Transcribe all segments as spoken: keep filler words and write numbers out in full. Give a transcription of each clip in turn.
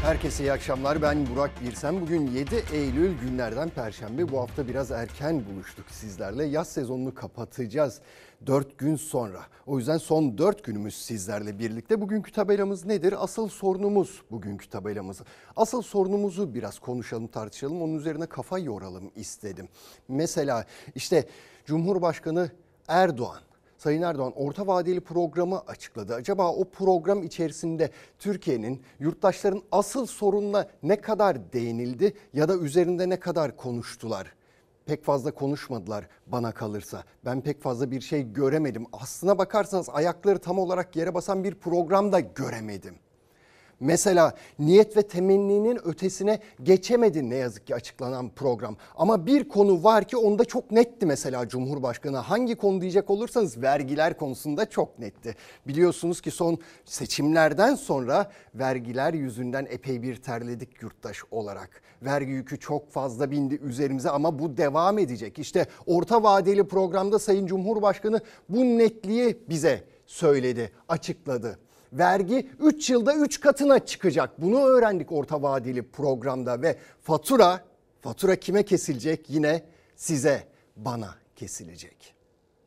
Herkese iyi akşamlar. Ben Burak Birsen. Bugün yedi Eylül günlerden Perşembe. Bu hafta biraz erken buluştuk sizlerle. Yaz sezonunu kapatacağız dört gün sonra. O yüzden son dört günümüz sizlerle birlikte. Bugünkü tabelamız nedir? Asıl sorunumuz bugünkü tabelamız. Asıl sorunumuzu biraz konuşalım, tartışalım. Onun üzerine kafa yoralım istedim. Mesela işte Cumhurbaşkanı Erdoğan, Sayın Erdoğan orta vadeli programı açıkladı. Acaba o program içerisinde Türkiye'nin, yurttaşların asıl sorununa ne kadar değinildi ya da üzerinde ne kadar konuştular? Pek fazla konuşmadılar bana kalırsa. Ben pek fazla bir şey göremedim. Aslına bakarsanız ayakları tam olarak yere basan bir program da göremedim. Mesela niyet ve temenninin ötesine geçemedi ne yazık ki açıklanan program. Ama bir konu var ki onda çok netti mesela Cumhurbaşkanı. Hangi konu diyecek olursanız vergiler konusunda çok netti. Biliyorsunuz ki son seçimlerden sonra vergiler yüzünden epey bir terledik yurttaş olarak. Vergi yükü çok fazla bindi üzerimize ama bu devam edecek. İşte orta vadeli programda Sayın Cumhurbaşkanı bu netliği bize söyledi, açıkladı. Vergi üç yılda üç katına çıkacak. Bunu öğrendik orta vadeli programda ve fatura, fatura kime kesilecek? Yine size, bana kesilecek.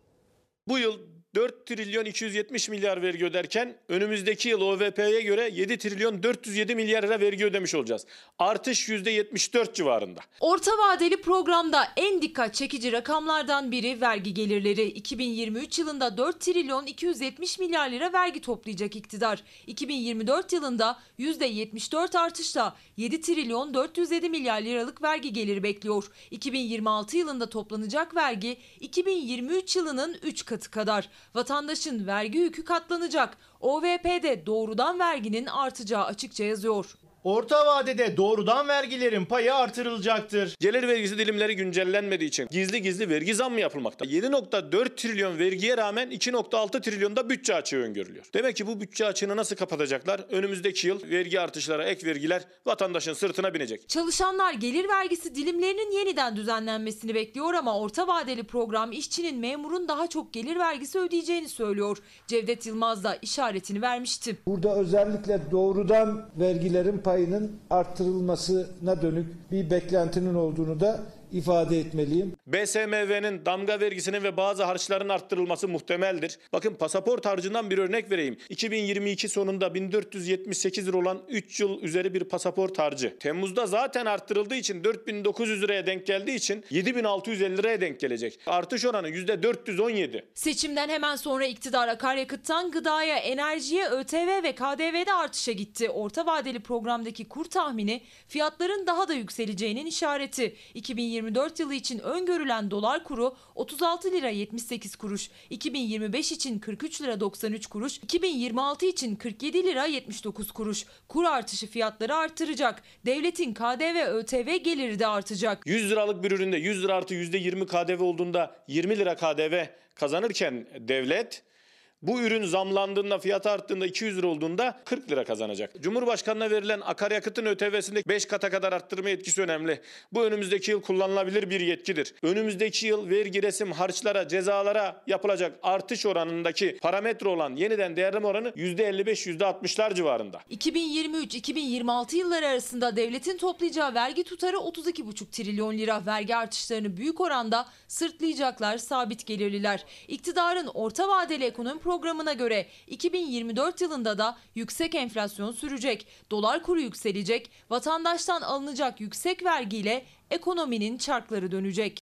Bu yıl dört trilyon iki yüz yetmiş milyar vergi öderken önümüzdeki yıl O V P'ye göre yedi trilyon dört yüz yedi milyar lira vergi ödemiş olacağız. Artış yüzde yetmiş dört civarında. Orta vadeli programda en dikkat çekici rakamlardan biri vergi gelirleri. iki bin yirmi üç yılında dört trilyon iki yüz yetmiş milyar lira vergi toplayacak iktidar. iki bin yirmi dört yılında yüzde yetmiş dört artışla yedi trilyon dört yüz yedi milyar liralık vergi geliri bekliyor. iki bin yirmi altı yılında toplanacak vergi iki bin yirmi üç yılının üç katı kadar. Vatandaşın vergi yükü katlanacak. O V P'de doğrudan verginin artacağı açıkça yazıyor. Orta vadede doğrudan vergilerin payı artırılacaktır. Gelir vergisi dilimleri güncellenmediği için gizli gizli vergi zammı yapılmakta. yedi nokta dört trilyon vergiye rağmen iki nokta altı trilyonda bütçe açığı öngörülüyor. Demek ki bu bütçe açığını nasıl kapatacaklar? Önümüzdeki yıl vergi artışları, ek vergiler vatandaşın sırtına binecek. Çalışanlar gelir vergisi dilimlerinin yeniden düzenlenmesini bekliyor ama orta vadeli program işçinin, memurun daha çok gelir vergisi ödeyeceğini söylüyor. Cevdet Yılmaz da işaretini vermişti. Burada özellikle doğrudan vergilerin payının arttırılmasına dönük bir beklentinin olduğunu da ifade etmeliyim. B S M V'nin damga vergisinin ve bazı harçların arttırılması muhtemeldir. Bakın pasaport harcından bir örnek vereyim. iki bin yirmi iki sonunda bin dört yüz yetmiş sekiz lira olan üç yıl üzeri bir pasaport harcı. Temmuz'da zaten arttırıldığı için dört bin dokuz yüz liraya denk geldiği için yedi bin altı yüz elli liraya denk gelecek. Artış oranı yüzde dört yüz on yedi. Seçimden hemen sonra iktidar akaryakıttan gıdaya, enerjiye, Ö T V ve K D V'de artışa gitti. Orta vadeli programdaki kur tahmini fiyatların daha da yükseleceğinin işareti. iki bin yirmi dört yılı için öngörülen dolar kuru otuz altı lira yetmiş sekiz kuruş, iki bin yirmi beş için kırk üç lira doksan üç kuruş, iki bin yirmi altı için kırk yedi lira yetmiş dokuz kuruş. Kur artışı fiyatları artıracak. Devletin K D V, Ö T V geliri de artacak. yüz liralık bir üründe yüz lira artı yüzde yirmi K D V olduğunda yirmi lira K D V kazanırken devlet, bu ürün zamlandığında, fiyatı arttığında, iki yüz lira olduğunda kırk lira kazanacak. Cumhurbaşkanına verilen akaryakıtın Ö T V'sinde beş kata kadar arttırma yetkisi önemli. Bu önümüzdeki yıl kullanılabilir bir yetkidir. Önümüzdeki yıl vergi, resim, harçlara, cezalara yapılacak artış oranındaki parametre olan yeniden değerleme oranı yüzde elli beş yüzde altmışlar civarında. iki bin yirmi üç iki bin yirmi altı yılları arasında devletin toplayacağı vergi tutarı otuz iki buçuk trilyon lira. Vergi artışlarını büyük oranda sırtlayacaklar sabit gelirliler. İktidarın orta vadeli ekonomi programına göre iki bin yirmi dört yılında da yüksek enflasyon sürecek. Dolar kuru yükselecek. Vatandaştan alınacak yüksek vergiyle ekonominin çarkları dönecek.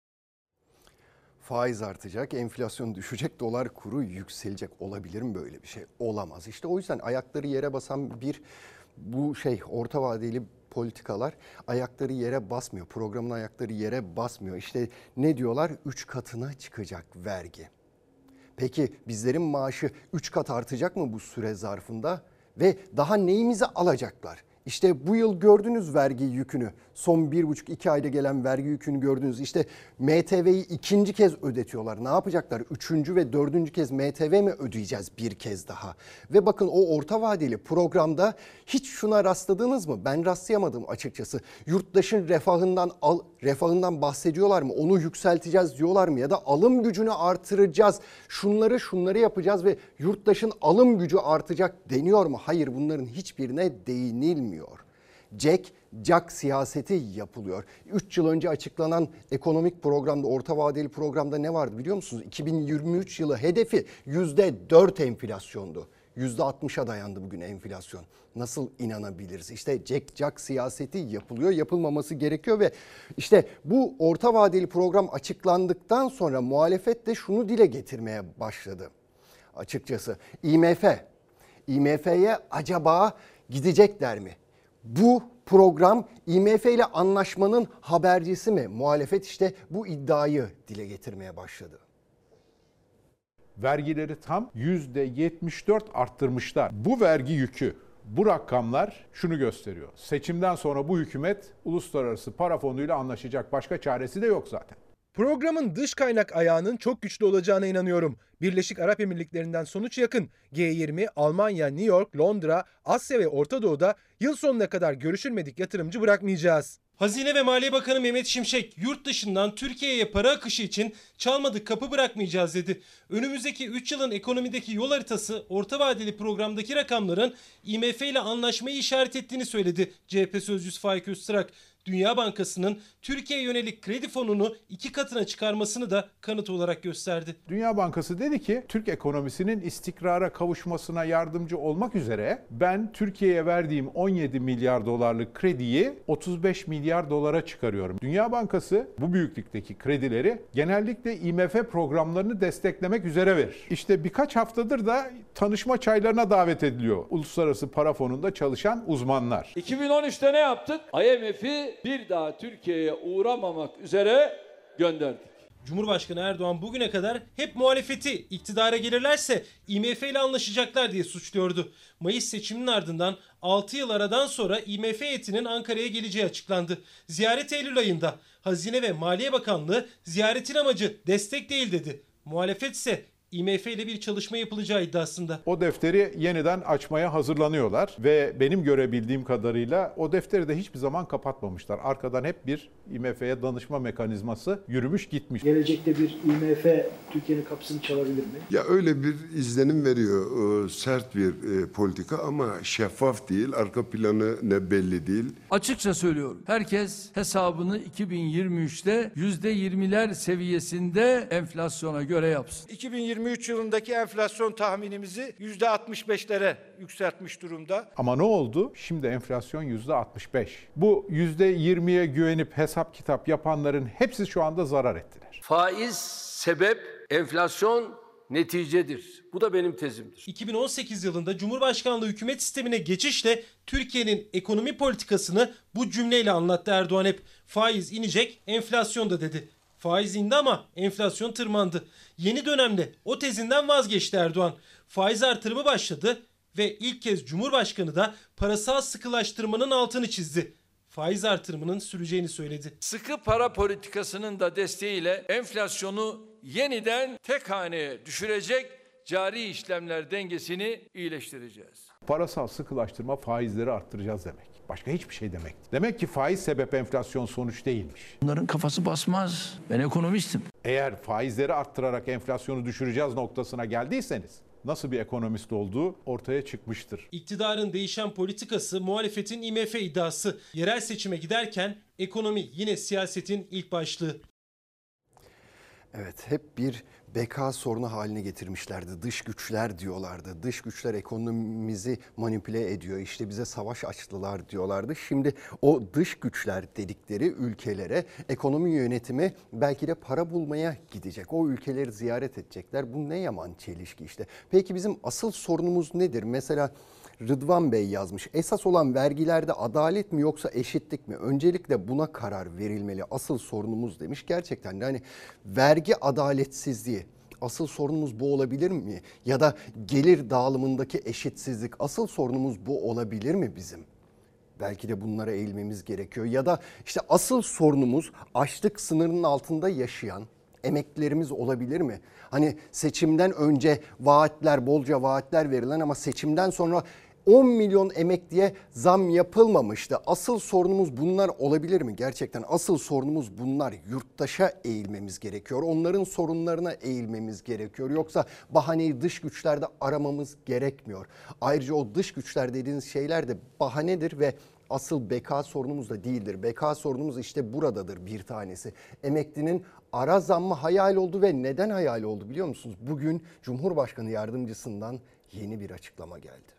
Faiz artacak, enflasyon düşecek, dolar kuru yükselecek. Olabilir mi böyle bir şey? Olamaz. İşte o yüzden ayakları yere basan bir bu şey orta vadeli politikalar ayakları yere basmıyor. Programın ayakları yere basmıyor. İşte ne diyorlar? Üç katına çıkacak vergi. Peki bizlerin maaşı üç kat artacak mı bu süre zarfında? Ve daha neyimizi alacaklar? İşte bu yıl gördünüz vergi yükünü. Son bir buçuk iki ayda gelen vergi yükünü gördünüz. İşte M T V'yi ikinci kez ödetiyorlar. Ne yapacaklar? Üçüncü ve dördüncü kez M T V mi ödeyeceğiz bir kez daha? Ve bakın o orta vadeli programda hiç şuna rastladınız mı? Ben rastlayamadım açıkçası. Yurttaşın refahından al, refahından bahsediyorlar mı? Onu yükselteceğiz diyorlar mı? Ya da alım gücünü artıracağız. Şunları şunları yapacağız ve yurttaşın alım gücü artacak deniyor mu? Hayır, bunların hiçbirine değinilmiyor. Jack Jack siyaseti yapılıyor. üç yıl önce açıklanan ekonomik programda, orta vadeli programda ne vardı biliyor musunuz? iki bin yirmi üç yılı hedefi yüzde dört enflasyondu. yüzde altmışa dayandı bugün enflasyon. Nasıl inanabiliriz? İşte Jack Jack siyaseti yapılıyor, yapılmaması gerekiyor ve işte bu orta vadeli program açıklandıktan sonra muhalefet de şunu dile getirmeye başladı. Açıkçası I M F, I M F'ye acaba gidecekler mi? Bu program I M F ile anlaşmanın habercisi mi? Muhalefet işte bu iddiayı dile getirmeye başladı. Vergileri tam yüzde yetmiş dört arttırmışlar. Bu vergi yükü, bu rakamlar şunu gösteriyor. Seçimden sonra bu hükümet uluslararası para fonuyla anlaşacak. Başka çaresi de yok zaten. Programın dış kaynak ayağının çok güçlü olacağına inanıyorum. Birleşik Arap Emirlikleri'nden sonuç yakın. G yirmi, Almanya, New York, Londra, Asya ve Orta Doğu'da yıl sonuna kadar görüşülmedik yatırımcı bırakmayacağız. Hazine ve Maliye Bakanı Mehmet Şimşek yurt dışından Türkiye'ye para akışı için çalmadık kapı bırakmayacağız dedi. Önümüzdeki üç yılın ekonomideki yol haritası orta vadeli programdaki rakamların I M F ile anlaşmayı işaret ettiğini söyledi C H P sözcüsü Faik Öztürk. Dünya Bankası'nın Türkiye'ye yönelik kredi fonunu iki katına çıkarmasını da kanıt olarak gösterdi. Dünya Bankası dedi ki Türk ekonomisinin istikrara kavuşmasına yardımcı olmak üzere ben Türkiye'ye verdiğim on yedi milyar dolarlık krediyi otuz beş milyar dolara çıkarıyorum. Dünya Bankası bu büyüklükteki kredileri genellikle I M F programlarını desteklemek üzere verir. İşte birkaç haftadır da tanışma çaylarına davet ediliyor Uluslararası Para Fonu'nda çalışan uzmanlar. iki bin on üçte ne yaptık? I M F'i bir daha Türkiye'ye uğramamak üzere gönderdik. Cumhurbaşkanı Erdoğan bugüne kadar hep muhalefeti iktidara gelirlerse I M F ile anlaşacaklar diye suçluyordu. Mayıs seçiminin ardından altı yıl aradan sonra I M F heyetinin Ankara'ya geleceği açıklandı. Ziyaret Eylül ayında. Hazine ve Maliye Bakanlığı ziyaretin amacı destek değil dedi. Muhalefet ise I M F ile bir çalışma yapılacağı iddiasında. O defteri yeniden açmaya hazırlanıyorlar ve benim görebildiğim kadarıyla o defteri de hiçbir zaman kapatmamışlar. Arkadan hep bir I M F'ye danışma mekanizması yürümüş gitmiş. Gelecekte bir I M F Türkiye'nin kapısını çalabilir mi? Ya öyle bir izlenim veriyor. Sert bir politika ama şeffaf değil. Arka planı ne belli değil. Açıkça söylüyorum. Herkes hesabını iki bin yirmi üçte yüzde yirmiler seviyesinde enflasyona göre yapsın. iki bin yirmi üç yılındaki enflasyon tahminimizi yüzde altmış beşlere yükseltmiş durumda. Ama ne oldu? Şimdi enflasyon yüzde altmış beş. Bu yüzde yirmiye güvenip hesap kitap yapanların hepsi şu anda zarar ettiler. Faiz sebep, enflasyon neticedir. Bu da benim tezimdir. iki bin on sekiz yılında Cumhurbaşkanlığı hükümet sistemine geçişle Türkiye'nin ekonomi politikasını bu cümleyle anlattı Erdoğan hep. Faiz inecek, enflasyon da dedi. Faiz indi ama enflasyon tırmandı. Yeni dönemde o tezinden vazgeçti Erdoğan. Faiz artırımı başladı ve ilk kez Cumhurbaşkanı da parasal sıkılaştırmanın altını çizdi. Faiz artırımının süreceğini söyledi. Sıkı para politikasının da desteğiyle enflasyonu yeniden tek haneye düşürecek, cari işlemler dengesini iyileştireceğiz. Parasal sıkılaştırma faizleri arttıracağız demek. Başka hiçbir şey demek. Demek ki faiz sebep enflasyon sonuç değilmiş. Bunların kafası basmaz. Ben ekonomistim. Eğer faizleri arttırarak enflasyonu düşüreceğiz noktasına geldiyseniz nasıl bir ekonomist olduğu ortaya çıkmıştır. İktidarın değişen politikası, muhalefetin I M F iddiası. Yerel seçime giderken ekonomi yine siyasetin ilk başlığı. Evet, hep bir beka sorunu haline getirmişlerdi. Dış güçler diyorlardı. Dış güçler ekonomimizi manipüle ediyor. İşte bize savaş açtılar diyorlardı. Şimdi o dış güçler dedikleri ülkelere ekonomi yönetimi belki de para bulmaya gidecek. O ülkeleri ziyaret edecekler. Bu ne yaman çelişki işte. Peki bizim asıl sorunumuz nedir? Mesela Rıdvan Bey yazmış. Esas olan vergilerde adalet mi yoksa eşitlik mi? Öncelikle buna karar verilmeli. Asıl sorunumuz demiş. Gerçekten de hani vergi adaletsizliği asıl sorunumuz bu olabilir mi? Ya da gelir dağılımındaki eşitsizlik asıl sorunumuz bu olabilir mi bizim? Belki de bunlara eğilmemiz gerekiyor. Ya da işte asıl sorunumuz açlık sınırının altında yaşayan emeklilerimiz olabilir mi? Hani seçimden önce vaatler, bolca vaatler verilen ama seçimden sonra on milyon emekliye zam yapılmamıştı. Asıl sorunumuz bunlar olabilir mi? Gerçekten asıl sorunumuz bunlar. Yurttaşa eğilmemiz gerekiyor. Onların sorunlarına eğilmemiz gerekiyor. Yoksa bahaneyi dış güçlerde aramamız gerekmiyor. Ayrıca o dış güçler dediğiniz şeyler de bahanedir ve asıl beka sorunumuz da değildir. Beka sorunumuz işte buradadır bir tanesi. Emeklinin ara zammı hayal oldu ve neden hayal oldu biliyor musunuz? Bugün Cumhurbaşkanı Yardımcısından yeni bir açıklama geldi.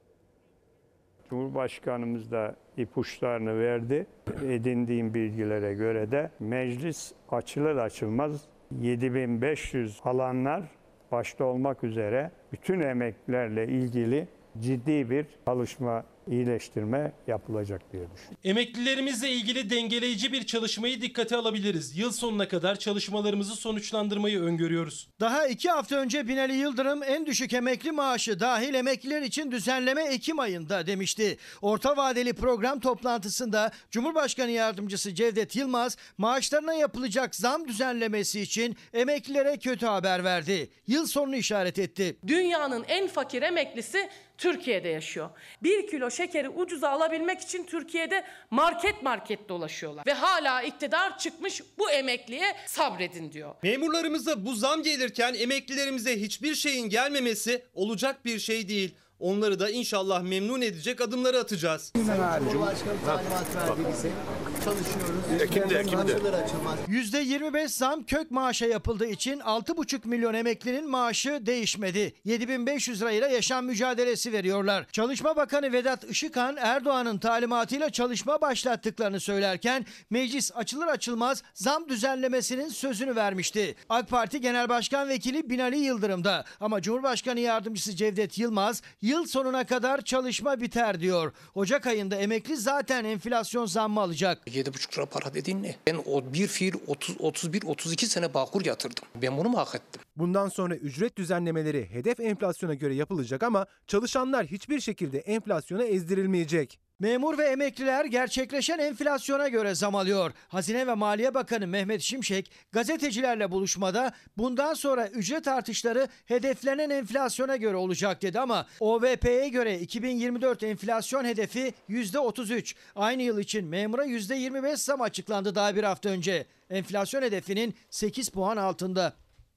Cumhurbaşkanımız da ipuçlarını verdi. Edindiğim bilgilere göre de meclis açılır açılmaz yedi bin beş yüz alanlar başta olmak üzere bütün emeklilerle ilgili ciddi bir çalışma, iyileştirme yapılacak diye düşünüyorum. Emeklilerimizle ilgili dengeleyici bir çalışmayı dikkate alabiliriz. Yıl sonuna kadar çalışmalarımızı sonuçlandırmayı öngörüyoruz. Daha iki hafta önce Binali Yıldırım en düşük emekli maaşı dahil emekliler için düzenleme Ekim ayında demişti. Orta vadeli program toplantısında Cumhurbaşkanı Yardımcısı Cevdet Yılmaz maaşlarına yapılacak zam düzenlemesi için emeklilere kötü haber verdi. Yıl sonunu işaret etti. Dünyanın en fakir emeklisi Türkiye'de yaşıyor. Bir kilo şekeri ucuza alabilmek için Türkiye'de market market dolaşıyorlar. Ve hala iktidar çıkmış bu emekliye sabredin diyor. Memurlarımıza bu zam gelirken emeklilerimize hiçbir şeyin gelmemesi olacak bir şey değil. Onları da inşallah memnun edecek adımları atacağız. Cumhurbaşkanı talimat verdi bize. Çalışıyoruz. Ekim'de, Ekim'de. yüzde yirmi beş zam kök maaşa yapıldığı için altı buçuk milyon emeklinin maaşı değişmedi. yedi bin beş yüz lirayla yaşam mücadelesi veriyorlar. Çalışma Bakanı Vedat Işıkhan Erdoğan'ın talimatıyla çalışma başlattıklarını söylerken meclis açılır açılmaz zam düzenlemesinin sözünü vermişti. AK Parti Genel Başkan Vekili Binali Yıldırım da ama Cumhurbaşkanı Yardımcısı Cevdet Yılmaz yıl sonuna kadar çalışma biter diyor. Ocak ayında emekli zaten enflasyon zammı alacak. yedi buçuk lira para dediğin ne? Ben o bir fiil otuz otuz bir otuz iki sene Bağkur yatırdım. Ben bunu mu hak ettim? Bundan sonra ücret düzenlemeleri hedef enflasyona göre yapılacak ama çalışanlar hiçbir şekilde enflasyona ezdirilmeyecek. Memur ve emekliler gerçekleşen enflasyona göre zam alıyor. Hazine ve Maliye Bakanı Mehmet Şimşek gazetecilerle buluşmada bundan sonra ücret artışları hedeflenen enflasyona göre olacak dedi ama O V P'ye göre iki bin yirmi dört enflasyon hedefi yüzde otuz üç. Aynı yıl için memura yüzde yirmi beş zam açıklandı daha bir hafta önce. Enflasyon hedefinin sekiz puan altında.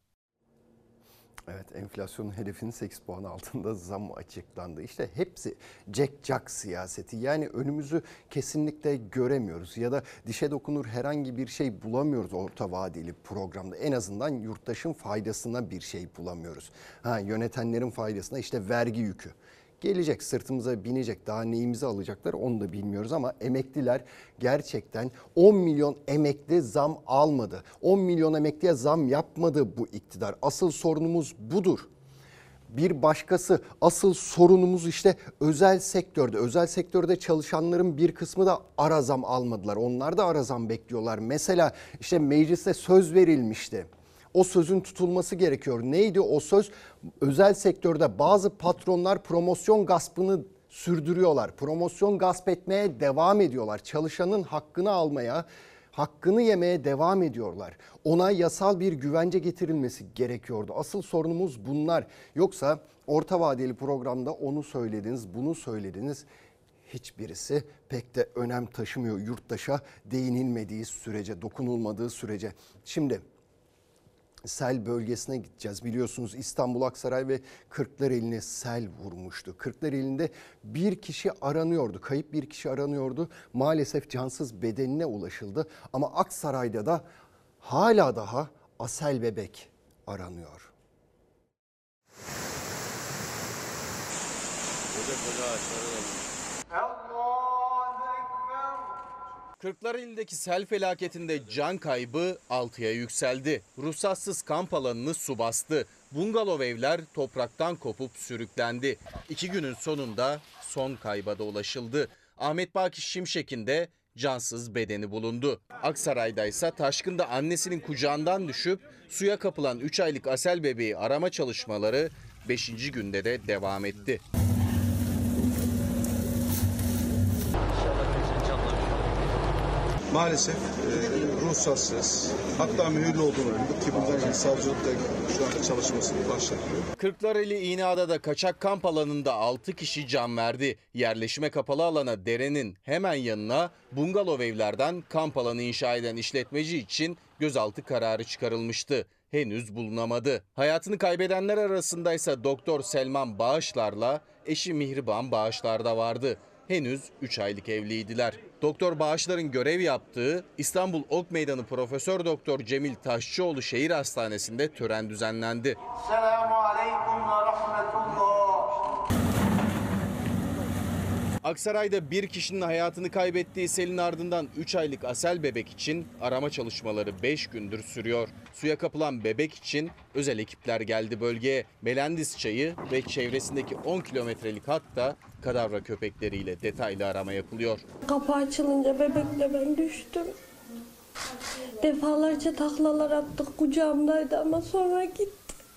Evet, enflasyonun hedefinin sekiz puan altında zam açıklandı. İşte hepsi cek-cak siyaseti. Yani önümüzü kesinlikle göremiyoruz ya da dişe dokunur herhangi bir şey bulamıyoruz orta vadeli programda. En azından yurttaşın faydasına bir şey bulamıyoruz. Ha, yönetenlerin faydasına işte vergi yükü. Gelecek, sırtımıza binecek, daha neyimizi alacaklar onu da bilmiyoruz ama emekliler gerçekten on milyon emekli zam almadı. on milyon emekliye zam yapmadı bu iktidar. Asıl sorunumuz budur. Bir başkası, asıl sorunumuz işte özel sektörde. Özel sektörde çalışanların bir kısmı da ara zam almadılar. Onlar da ara zam bekliyorlar. Mesela işte mecliste söz verilmişti. O sözün tutulması gerekiyor. Neydi o söz? Özel sektörde bazı patronlar promosyon gaspını sürdürüyorlar. Promosyon gasp etmeye devam ediyorlar. Çalışanın hakkını almaya, hakkını yemeye devam ediyorlar. Ona yasal bir güvence getirilmesi gerekiyordu. Asıl sorunumuz bunlar. Yoksa orta vadeli programda onu söylediniz, bunu söylediniz. Hiçbirisi pek de önem taşımıyor yurttaşa değinilmediği sürece, dokunulmadığı sürece. Şimdi sel bölgesine gideceğiz. Biliyorsunuz İstanbul, Aksaray ve Kırklareli'ne sel vurmuştu. Kırklareli'nde bir kişi aranıyordu. Kayıp bir kişi aranıyordu. Maalesef cansız bedenine ulaşıldı. Ama Aksaray'da da hala daha Asel bebek aranıyor. Kırklareli'ndeki sel felaketinde can kaybı altıya yükseldi. Ruhsatsız kamp alanını su bastı. Bungalov evler topraktan kopup sürüklendi. İki günün sonunda son kayba da ulaşıldı. Ahmet Baki Şimşek'in de cansız bedeni bulundu. Aksaray'da ise taşkında annesinin kucağından düşüp suya kapılan üç aylık Asel bebeği arama çalışmaları beşinci günde de devam etti. Maalesef e, ruhsatsız, hatta mühürlü olduğunu öğrendik ki bundan önce savcılıkta şu an çalışmasını başlatıyor. Kırklareli İğneada'da kaçak kamp alanında altı kişi can verdi. Yerleşime kapalı alana derenin hemen yanına bungalov evlerden kamp alanı inşa eden işletmeci için gözaltı kararı çıkarılmıştı. Henüz bulunamadı. Hayatını kaybedenler arasındaysa Doktor Selman Bağışlar'la eşi Mihriban Bağışlar da vardı. henüz üç aylık evliydiler. Doktor Bağışlar'ın görev yaptığı İstanbul Ok Meydanı Profesör Doktor Cemil Taşçıoğlu Şehir Hastanesi'nde tören düzenlendi. Selamünaleyküm ve rahmetullah. Aksaray'da bir kişinin hayatını kaybettiği selin ardından üç aylık Asel bebek için arama çalışmaları beş gündür sürüyor. Suya kapılan bebek için özel ekipler geldi bölgeye. Melendiz Çayı ve çevresindeki on kilometrelik hatta kadavra köpekleriyle detaylı arama yapılıyor. Kapı açılınca bebekle ben düştüm. Defalarca taklalar attık, kucağımdaydı ama sonra gitti.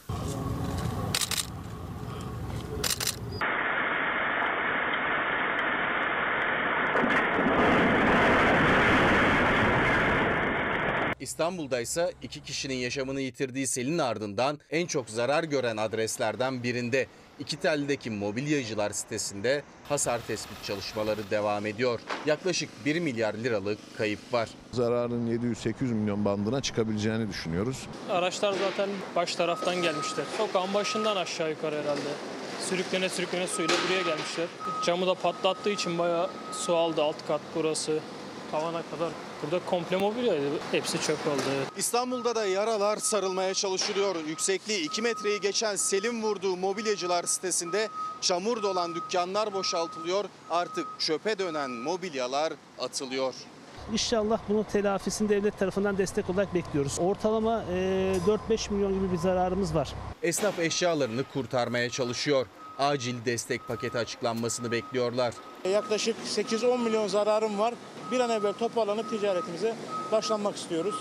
İstanbul'da ise iki kişinin yaşamını yitirdiği selin ardından en çok zarar gören adreslerden birinde İki Telli'deki mobilyacılar sitesinde hasar tespit çalışmaları devam ediyor. Yaklaşık bir milyar liralık kayıp var. Zararın yedi yüz sekiz yüz milyon bandına çıkabileceğini düşünüyoruz. Araçlar zaten baş taraftan gelmişler. Sokağın başından aşağı yukarı herhalde. Sürüklene sürüklene suyla buraya gelmişler. Camı da patlattığı için bayağı su aldı, alt kat burası. Tavana kadar. Burada komple mobilyaydı. Hepsi çöp oldu. İstanbul'da da yaralar sarılmaya çalışılıyor. Yüksekliği iki metreyi geçen selin vurduğu mobilyacılar sitesinde çamur dolan dükkanlar boşaltılıyor. Artık çöpe dönen mobilyalar atılıyor. İnşallah bunun telafisini devlet tarafından destek olarak bekliyoruz. Ortalama dört beş milyon gibi bir zararımız var. Esnaf eşyalarını kurtarmaya çalışıyor. Acil destek paketi açıklanmasını bekliyorlar. Yaklaşık sekiz on milyon zararım var. Bir an evvel toparlanıp ticaretimize başlamak istiyoruz.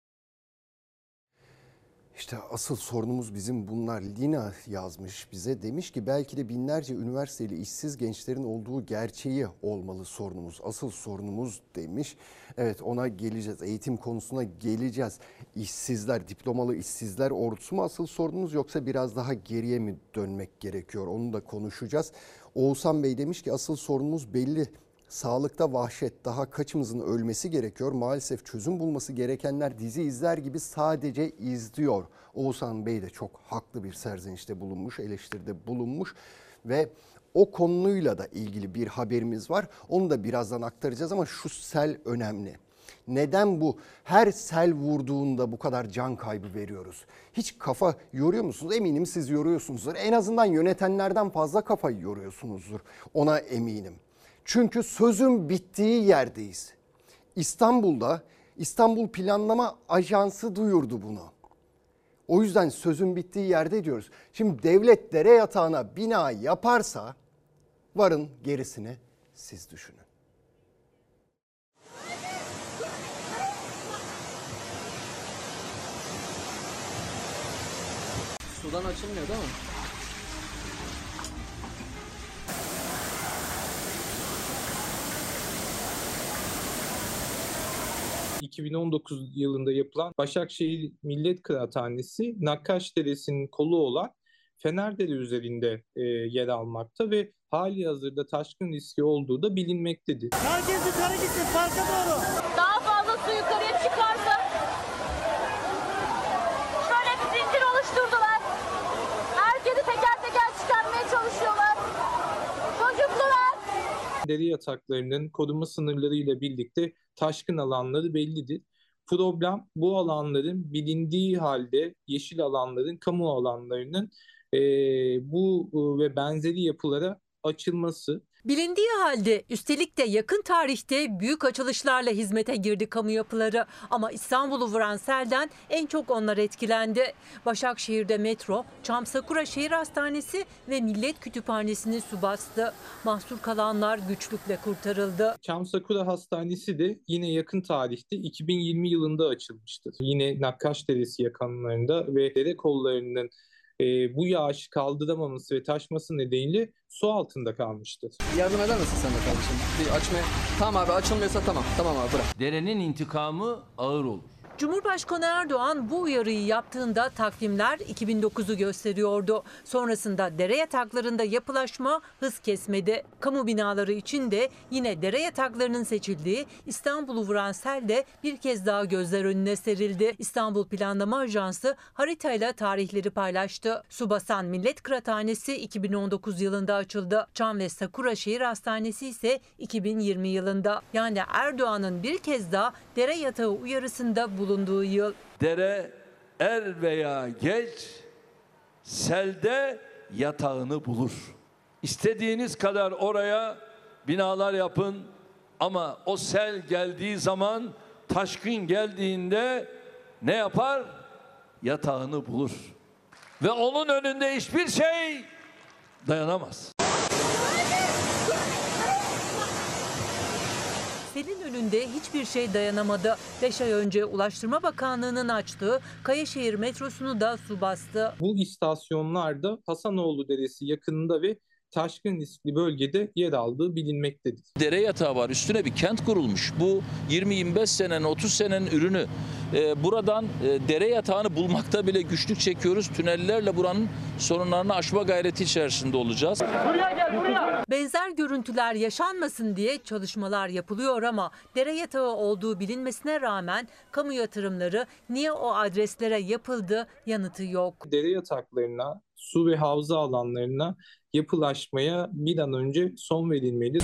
İşte asıl sorunumuz bizim bunlar. Lina yazmış bize, demiş ki belki de binlerce üniversiteli işsiz gençlerin olduğu gerçeği olmalı sorunumuz. Asıl sorunumuz demiş. Evet, ona geleceğiz. Eğitim konusuna geleceğiz. İşsizler, diplomalı işsizler ordusu mu asıl sorunumuz, yoksa biraz daha geriye mi dönmek gerekiyor? Onu da konuşacağız. Oğuzhan Bey demiş ki asıl sorunumuz belli. Sağlıkta vahşet, daha kaçımızın ölmesi gerekiyor. Maalesef çözüm bulması gerekenler dizi izler gibi sadece izliyor. Oğuzhan Bey de çok haklı bir serzenişte bulunmuş, eleştiride bulunmuş ve o konuyla da ilgili bir haberimiz var. Onu da birazdan aktaracağız ama şu sel önemli. Neden bu her sel vurduğunda bu kadar can kaybı veriyoruz? Hiç kafa yoruyor musunuz? Eminim siz yoruyorsunuzdur. En azından yönetenlerden fazla kafayı yoruyorsunuzdur. Ona eminim. Çünkü sözün bittiği yerdeyiz. İstanbul'da İstanbul Planlama Ajansı duyurdu bunu. O yüzden sözün bittiği yerde diyoruz. Şimdi devlet dere yatağına bina yaparsa varın gerisini siz düşünün. Sudan açılmıyor değil mi? iki bin on dokuz yılında yapılan Başakşehir Millet Kıraathanesi Nakkaşdere'sinin kolu olan Fenerdere üzerinde e, yer almakta ve hali hazırda taşkın riski olduğu da bilinmektedir. Herkes yukarı gitsin, parka doğru. Daha fazla su yukarıya çıkarsa şöyle bir zincir oluşturdular. Herkesi teker teker çıkarmaya çalışıyorlar. Çocuklar. Dere yataklarının koruma sınırlarıyla birlikte taşkın alanları bellidir. Problem bu alanların bilindiği halde yeşil alanların, kamu alanlarının e, bu e, ve benzeri yapılara açılması. Bilindiği halde üstelik de yakın tarihte büyük açılışlarla hizmete girdi kamu yapıları. Ama İstanbul'u vuran selden en çok onlar etkilendi. Başakşehir'de metro, Çamsakura Şehir Hastanesi ve Millet Kütüphanesi'ni su bastı. Mahsur kalanlar güçlükle kurtarıldı. Çamsakura Hastanesi de yine yakın tarihte iki bin yirmi yılında açılmıştır. Yine Nakkaşderesi yakınlarında ve dere kollarının E, bu yağışı kaldıramaması ve taşması nedeniyle su altında kalmıştır. Yardım eder misin sen de kardeşim? Bir açmaya. Tamam abi, açılmıyorsa tamam. Tamam abi, bırak. Derenin intikamı ağır olur. Cumhurbaşkanı Erdoğan bu uyarıyı yaptığında takvimler iki bin dokuzu gösteriyordu. Sonrasında dere yataklarında yapılaşma hız kesmedi. Kamu binaları için de yine dere yataklarının seçildiği İstanbul'u vuran sel de bir kez daha gözler önüne serildi. İstanbul Planlama Ajansı haritayla tarihleri paylaştı. Su basan Millet Kıraathanesi iki bin on dokuz yılında açıldı. Çam ve Sakura Şehir Hastanesi ise iki bin yirmi yılında. Yani Erdoğan'ın bir kez daha dere yatağı uyarısında bulunduğu yıl. Dere er veya geç selde yatağını bulur. İstediğiniz kadar oraya binalar yapın ama o sel geldiği zaman, taşkın geldiğinde ne yapar? Yatağını bulur. Ve onun önünde hiçbir şey dayanamaz. Selin önünde hiçbir şey dayanamadı. beş ay önce Ulaştırma Bakanlığı'nın açtığı Kayaşehir metrosunu da su bastı. Bu istasyonlarda Hasanoğlu Deresi yakınında ve taşkın riskli bölgede yer aldığı bilinmektedir. Dere yatağı var, üstüne bir kent kurulmuş. Bu yirmi yirmi beş senenin, otuz senenin ürünü. Ee, buradan e, dere yatağını bulmakta bile güçlük çekiyoruz. Tünellerle buranın sorunlarını aşma gayreti içerisinde olacağız. Buraya gel, buraya. Benzer görüntüler yaşanmasın diye çalışmalar yapılıyor ama dere yatağı olduğu bilinmesine rağmen kamu yatırımları niye o adreslere yapıldı yanıtı yok. Dere yataklarına, su ve havza alanlarına yapılaşmaya bir an önce son verilmeli.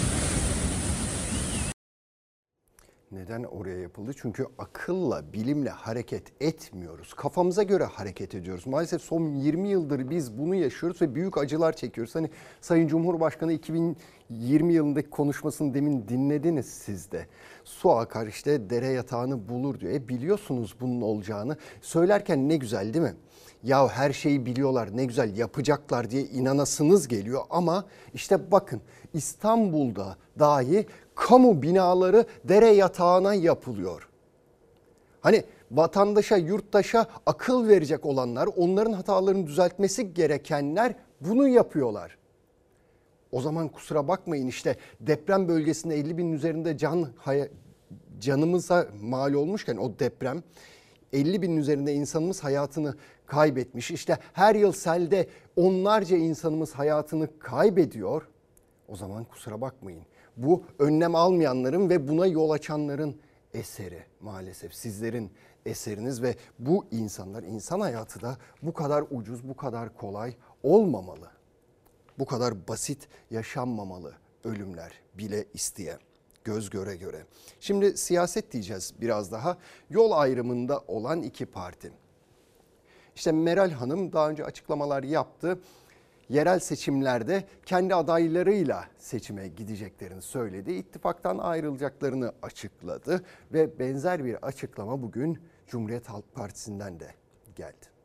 Neden oraya yapıldı? Çünkü akılla, bilimle hareket etmiyoruz. Kafamıza göre hareket ediyoruz. Maalesef son yirmi yıldır biz bunu yaşıyoruz ve büyük acılar çekiyoruz. Hani Sayın Cumhurbaşkanı iki bin yirmi yılındaki konuşmasını demin dinlediniz siz de. Su akar işte dere yatağını bulur diyor. E biliyorsunuz bunun olacağını. Söylerken ne güzel değil mi? Ya her şeyi biliyorlar, ne güzel yapacaklar diye inanasınız geliyor ama işte bakın İstanbul'da dahi kamu binaları dere yatağına yapılıyor. Hani vatandaşa, yurttaşa akıl verecek olanlar, onların hatalarını düzeltmesi gerekenler bunu yapıyorlar. O zaman kusura bakmayın işte deprem bölgesinde elli binin üzerinde can canımıza mal olmuşken o deprem elli binin üzerinde insanımız hayatını kaybetmiş. İşte her yıl selde onlarca insanımız hayatını kaybediyor. O zaman kusura bakmayın. Bu önlem almayanların ve buna yol açanların eseri maalesef. Sizlerin eseriniz ve bu insanlar, insan hayatı da bu kadar ucuz, bu kadar kolay olmamalı. Bu kadar basit yaşanmamalı ölümler bile isteye. Göz göre göre. Şimdi siyaset diyeceğiz biraz daha. Yol ayrımında olan iki parti. İşte Meral Hanım daha önce açıklamalar yaptı. Yerel seçimlerde kendi adaylarıyla seçime gideceklerini söyledi. İttifaktan ayrılacaklarını açıkladı ve benzer bir açıklama bugün Cumhuriyet Halk Partisi'nden de geldi.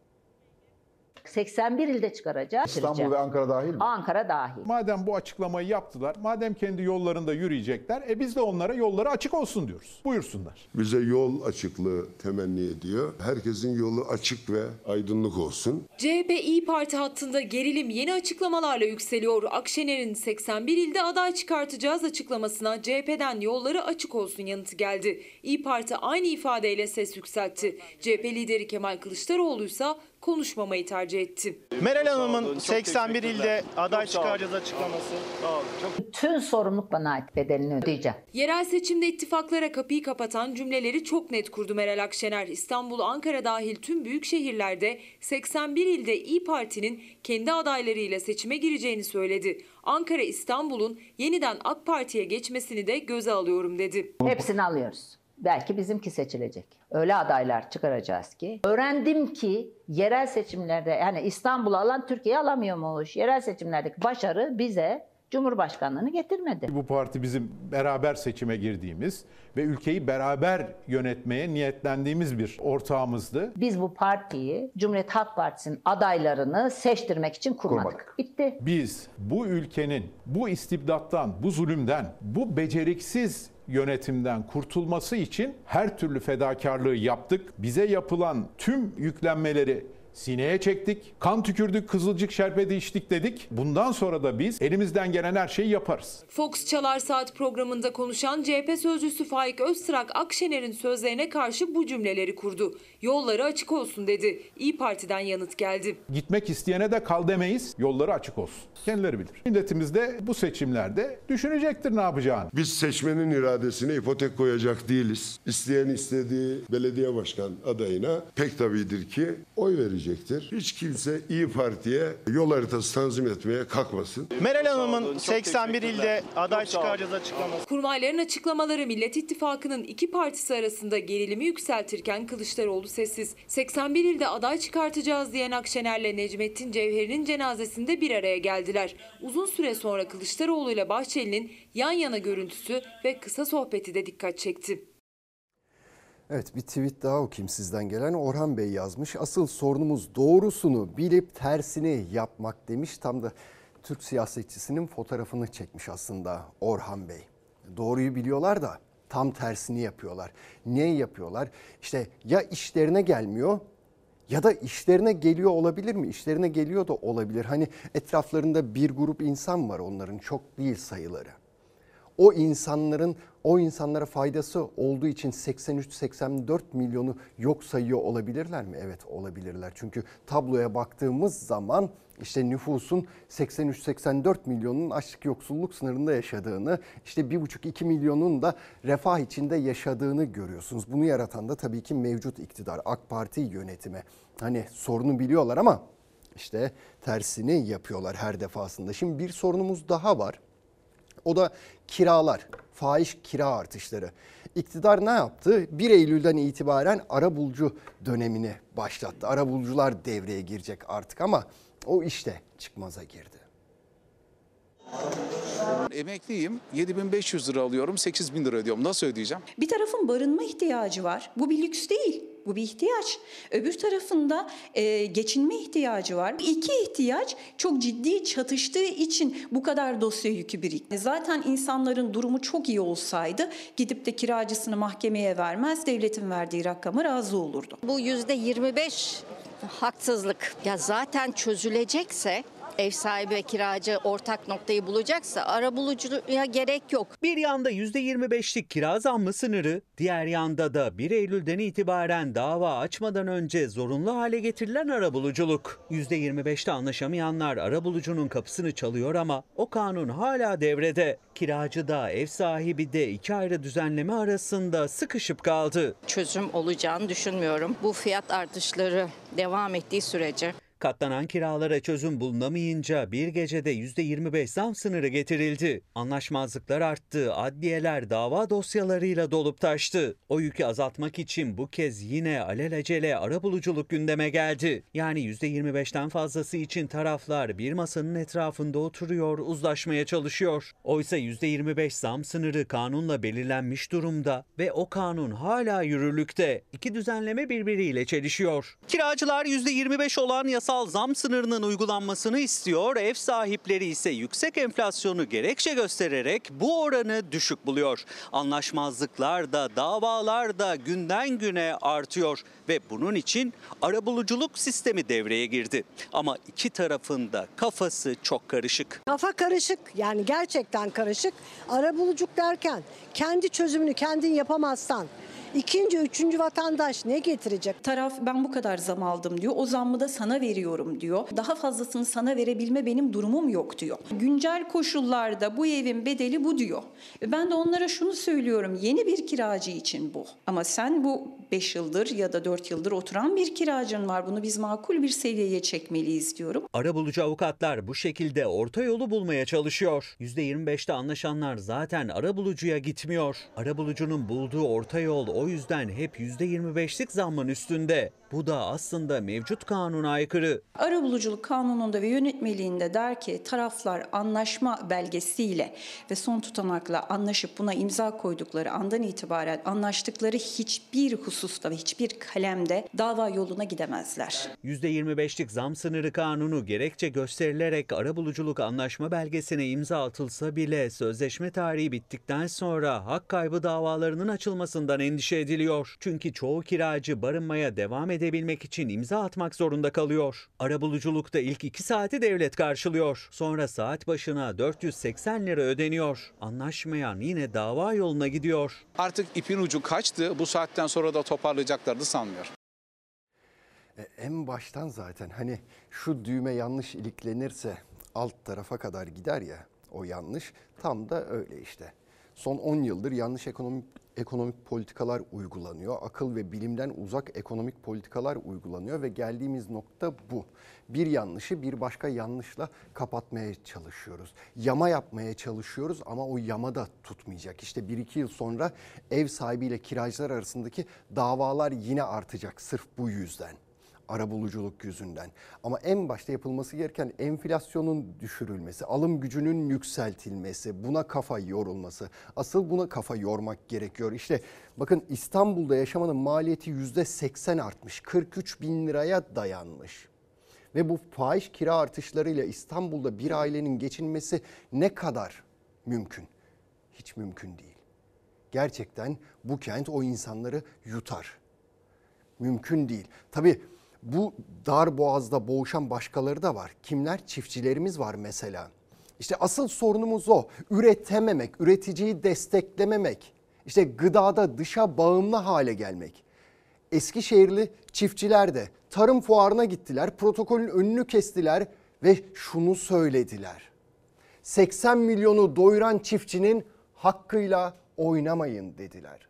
seksen bir ilde çıkaracağız. İstanbul ve Ankara dahil mi? Ankara dahil. Madem bu açıklamayı yaptılar, madem kendi yollarında yürüyecekler, e biz de onlara yolları açık olsun diyoruz. Buyursunlar. Bize yol açıklığı temenni ediyor. Herkesin yolu açık ve aydınlık olsun. C H P İYİ Parti hattında gerilim yeni açıklamalarla yükseliyor. Akşener'in seksen bir ilde aday çıkartacağız açıklamasına C H P'den yolları açık olsun yanıtı geldi. İYİ Parti aynı ifadeyle ses yükseltti. C H P lideri Kemal Kılıçdaroğlu ise konuşmamayı tercih etti. Meral Hanım'ın seksen bir ilde aday çıkaracağız açıklaması. Bütün sorumluluk bana ait, bedelini ödeyeceğim. Yerel seçimde ittifaklara kapıyı kapatan cümleleri çok net kurdu Meral Akşener. İstanbul, Ankara dahil tüm büyük şehirlerde seksen bir ilde İYİ Parti'nin kendi adaylarıyla seçime gireceğini söyledi. Ankara, İstanbul'un yeniden AK Parti'ye geçmesini de göze alıyorum dedi. Hepsini alıyoruz. Belki bizimki seçilecek. Öyle adaylar çıkaracağız ki. Öğrendim ki yerel seçimlerde yani İstanbul'u alan Türkiye'yi alamıyormuş. Yerel seçimlerdeki başarı bize Cumhurbaşkanlığını getirmedi. Bu parti bizim beraber seçime girdiğimiz ve ülkeyi beraber yönetmeye niyetlendiğimiz bir ortağımızdı. Biz bu partiyi Cumhuriyet Halk Partisi'nin adaylarını seçtirmek için kurmadık. Kurmadık. Bitti. Biz bu ülkenin bu istibdattan, bu zulümden, bu beceriksiz yönetimden kurtulması için her türlü fedakarlığı yaptık. Bize yapılan tüm yüklenmeleri sineye çektik, kan tükürdük, kızılcık şerbeti içtik dedik. Bundan sonra da biz elimizden gelen her şeyi yaparız. Fox Çalar Saat programında konuşan C H P sözcüsü Faik Öztrak, Akşener'in sözlerine karşı bu cümleleri kurdu. Yolları açık olsun dedi. İYİ Parti'den yanıt geldi. Gitmek isteyene de kal demeyiz, yolları açık olsun. Kendileri bilir. Milletimiz de bu seçimlerde düşünecektir ne yapacağını. Biz seçmenin iradesine ipotek koyacak değiliz. İsteyen istediği belediye başkan adayına pek tabidir ki oy verecektir. Hiç kimse İYİ Parti'ye yol haritası tanzim etmeye kalkmasın. Meral Hanım'ın seksen bir ilde aday çıkaracağız açıklaması. Kurmayların açıklamaları Millet İttifakı'nın iki partisi arasında gerilimi yükseltirken Kılıçdaroğlu sessiz. seksen bir ilde aday çıkartacağız diyen Akşener'le Necmettin Cevher'in cenazesinde bir araya geldiler. Uzun süre sonra Kılıçdaroğlu ile Bahçeli'nin yan yana görüntüsü ve kısa sohbeti de dikkat çekti. Evet, bir tweet daha okuyayım sizden gelen. Orhan Bey yazmış. Asıl sorunumuz doğrusunu bilip tersini yapmak demiş. Tam da Türk siyasetçisinin fotoğrafını çekmiş aslında Orhan Bey. Doğruyu biliyorlar da tam tersini yapıyorlar. Niye yapıyorlar? İşte ya işlerine gelmiyor ya da işlerine geliyor olabilir mi? İşlerine geliyor da olabilir. Hani etraflarında bir grup insan var, onların çok değil sayıları. O insanların o insanlara faydası olduğu için seksen üç seksen dört milyonu yok sayıyor olabilirler mi? Evet, olabilirler. Çünkü tabloya baktığımız zaman işte nüfusun seksen üç seksen dört milyonun açlık yoksulluk sınırında yaşadığını, işte bir buçuk iki milyonun da refah içinde yaşadığını görüyorsunuz. Bunu yaratan da tabii ki mevcut iktidar, AK Parti yönetimi. Hani sorunu biliyorlar ama işte tersini yapıyorlar her defasında. Şimdi bir sorunumuz daha var. O da kiralar, fahiş kira artışları. İktidar ne yaptı? bir Eylül'den itibaren arabulucu dönemini başlattı. Arabulucular devreye girecek artık ama o işte çıkmaza girdi. Emekliyim, yedi bin beş yüz lira alıyorum, sekiz bin lira ödüyorum. Nasıl ödeyeceğim? Bir tarafın barınma ihtiyacı var. Bu bir lüks değil. Bu bir ihtiyaç. Öbür tarafında e, geçinme ihtiyacı var. İki ihtiyaç çok ciddi çatıştığı için bu kadar dosya yükü birikti. Zaten insanların durumu çok iyi olsaydı gidip de kiracısını mahkemeye vermez, devletin verdiği rakama razı olurdu. Bu yüzde yirmi beş haksızlık. Ya zaten çözülecekse, ev sahibi ve kiracı ortak noktayı bulacaksa arabulucuya gerek yok. Bir yanda yüzde yirmi beşlik kira zammı sınırı, diğer yanda da bir Eylül'den itibaren dava açmadan önce zorunlu hale getirilen arabuluculuk. yüzde yirmi beşte anlaşamayanlar arabulucunun kapısını çalıyor ama o kanun hala devrede. Kiracı da ev sahibi de iki ayrı düzenleme arasında sıkışıp kaldı. Çözüm olacağını düşünmüyorum. Bu fiyat artışları devam ettiği sürece. Katlanan kiralara çözüm bulunamayınca bir gecede yüzde yirmi beş zam sınırı getirildi. Anlaşmazlıklar arttı, adliyeler dava dosyalarıyla dolup taştı. O yükü azaltmak için bu kez yine alelacele arabuluculuk gündeme geldi. Yani yüzde yirmi beşten fazlası için taraflar bir masanın etrafında oturuyor, uzlaşmaya çalışıyor. Oysa yüzde yirmi beş zam sınırı kanunla belirlenmiş durumda ve o kanun hala yürürlükte. İki düzenleme birbiriyle çelişiyor. Kiracılar yüzde yirmi beş olan yasa zam sınırının uygulanmasını istiyor, ev sahipleri ise yüksek enflasyonu gerekçe göstererek bu oranı düşük buluyor. Anlaşmazlıklar da davalar da günden güne artıyor ve bunun için arabuluculuk sistemi devreye girdi. Ama iki tarafın da kafası çok karışık. Kafa karışık, yani gerçekten karışık. Arabuluculuk derken kendi çözümünü kendin yapamazsan İkinci, üçüncü vatandaş ne getirecek? Taraf ben bu kadar zam aldım diyor. O zammı da sana veriyorum diyor. Daha fazlasını sana verebilme benim durumum yok diyor. Güncel koşullarda bu evin bedeli bu diyor. Ben de onlara şunu söylüyorum. Yeni bir kiracı için bu. Ama sen bu beş yıldır ya da dört yıldır oturan bir kiracın var. Bunu biz makul bir seviyeye çekmeliyiz diyorum. Arabulucu avukatlar bu şekilde orta yolu bulmaya çalışıyor. yüzde yirmi beşte anlaşanlar zaten arabulucuya gitmiyor. Arabulucunun bulduğu orta yol o yüzden hep yüzde yirmi beşlik zammın üstünde. Bu da aslında mevcut kanuna aykırı. Arabuluculuk kanununda ve yönetmeliğinde der ki taraflar anlaşma belgesiyle ve son tutanakla anlaşıp buna imza koydukları andan itibaren anlaştıkları hiçbir hususta ve hiçbir kalemde dava yoluna gidemezler. yüzde yirmi beşlik zam sınırı kanunu gerekçe gösterilerek arabuluculuk anlaşma belgesine imza atılsa bile sözleşme tarihi bittikten sonra hak kaybı davalarının açılmasından endişe endişe ediliyor. Çünkü çoğu kiracı barınmaya devam edebilmek için imza atmak zorunda kalıyor. Arabuluculukta ilk iki saati devlet karşılıyor. Sonra saat başına dört yüz seksen lira ödeniyor. Anlaşmayan yine dava yoluna gidiyor. Artık ipin ucu kaçtı. Bu saatten sonra da toparlayacaklarını sanmıyorum. E, en baştan zaten hani şu düğme yanlış iliklenirse alt tarafa kadar gider ya, o yanlış tam da öyle işte. Son on yıldır yanlış ekonomik ekonomik politikalar uygulanıyor. Akıl ve bilimden uzak ekonomik politikalar uygulanıyor ve geldiğimiz nokta bu. Bir yanlışı bir başka yanlışla kapatmaya çalışıyoruz. Yama yapmaya çalışıyoruz ama o yama da tutmayacak. İşte bir iki yıl sonra ev sahibiyle kiracılar arasındaki davalar yine artacak sırf bu yüzden. Arabuluculuk yüzünden. Ama en başta yapılması gereken enflasyonun düşürülmesi, alım gücünün yükseltilmesi, buna kafa yorulması. Asıl buna kafa yormak gerekiyor. İşte bakın İstanbul'da yaşamanın maliyeti yüzde seksen artmış, kırk üç bin liraya dayanmış. Ve bu fahiş kira artışlarıyla İstanbul'da bir ailenin geçinmesi ne kadar mümkün? Hiç mümkün değil. Gerçekten bu kent o insanları yutar. Mümkün değil. Tabii bu dar boğazda boğuşan başkaları da var. Kimler? Çiftçilerimiz var mesela. İşte asıl sorunumuz o. Üretememek, üreticiyi desteklememek. İşte gıdada dışa bağımlı hale gelmek. Eskişehirli çiftçiler de tarım fuarına gittiler, protokolün önünü kestiler ve şunu söylediler. seksen milyonu doyuran çiftçinin hakkıyla oynamayın dediler.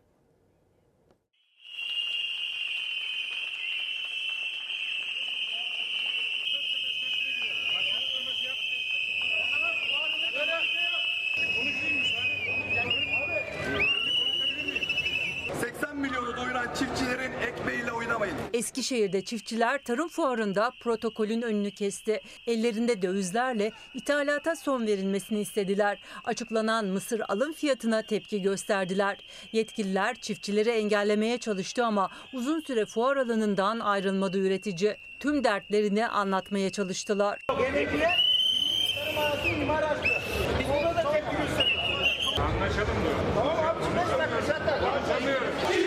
Çiftçilerin ekmeğiyle oynamayın. Eskişehir'de çiftçiler tarım fuarında protokolün önünü kesti. Ellerinde dövizlerle ithalata son verilmesini istediler. Açıklanan mısır alım fiyatına tepki gösterdiler. Yetkililer çiftçileri engellemeye çalıştı ama uzun süre fuar alanından ayrılmadı üretici. Tüm dertlerini anlatmaya çalıştılar. Belediye tarım arası imar açtı. Biz buna da tepki gösteriyoruz. Anlaşalım mı? Tamam abicim beş dakika zaten. Anlaşamıyorum.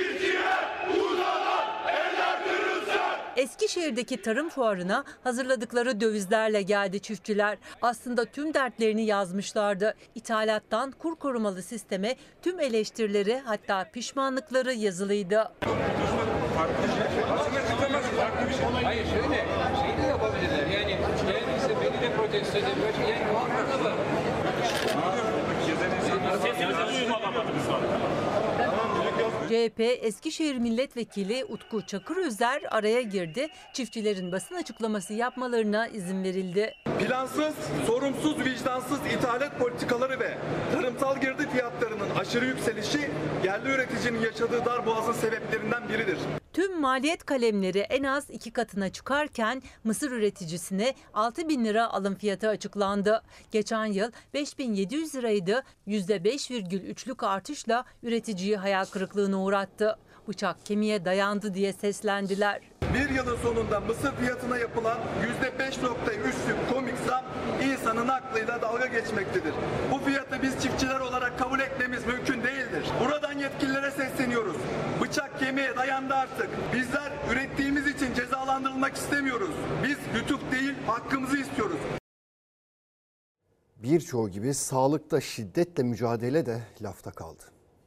Eskişehir'deki tarım fuarına hazırladıkları dövizlerle geldi çiftçiler. Aslında tüm dertlerini yazmışlardı. İthalattan kur korumalı sisteme tüm eleştirileri, hatta pişmanlıkları yazılıydı. Hayır şöyle, şey de yapabilirler. Yani geldiyse beni de protesto ediyor. Yani muhakkak var. Sesinize duymamadınız sonra. C H P Eskişehir Milletvekili Utku Çakırözer araya girdi. Çiftçilerin basın açıklaması yapmalarına izin verildi. Plansız, sorumsuz, vicdansız ithalat politikaları ve tarımsal girdi fiyatlarının aşırı yükselişi yerli üreticinin yaşadığı darboğazın sebeplerinden biridir. Tüm maliyet kalemleri en az iki katına çıkarken mısır üreticisine altı bin lira alım fiyatı açıklandı. Geçen yıl beş bin yedi yüz liraydı. yüzde beş virgül üçlük artışla üreticiyi hayal kırıklığına uğrattı. Bıçak kemiğe dayandı diye seslendiler. Bir yılın sonunda mısır fiyatına yapılan yüzde beş nokta üçlük komik zam insanın aklıyla dalga geçmektedir. Bu fiyatı biz çiftçiler olarak kabul etmemiz mümkün değildir. Buradan yetkililere sesleniyoruz. Bıçak kemiğe dayandı artık. Bizler ürettiğimiz için cezalandırılmak istemiyoruz. Biz lütuf değil, hakkımızı istiyoruz. Birçoğu gibi sağlıkta şiddetle mücadele de lafta kaldı.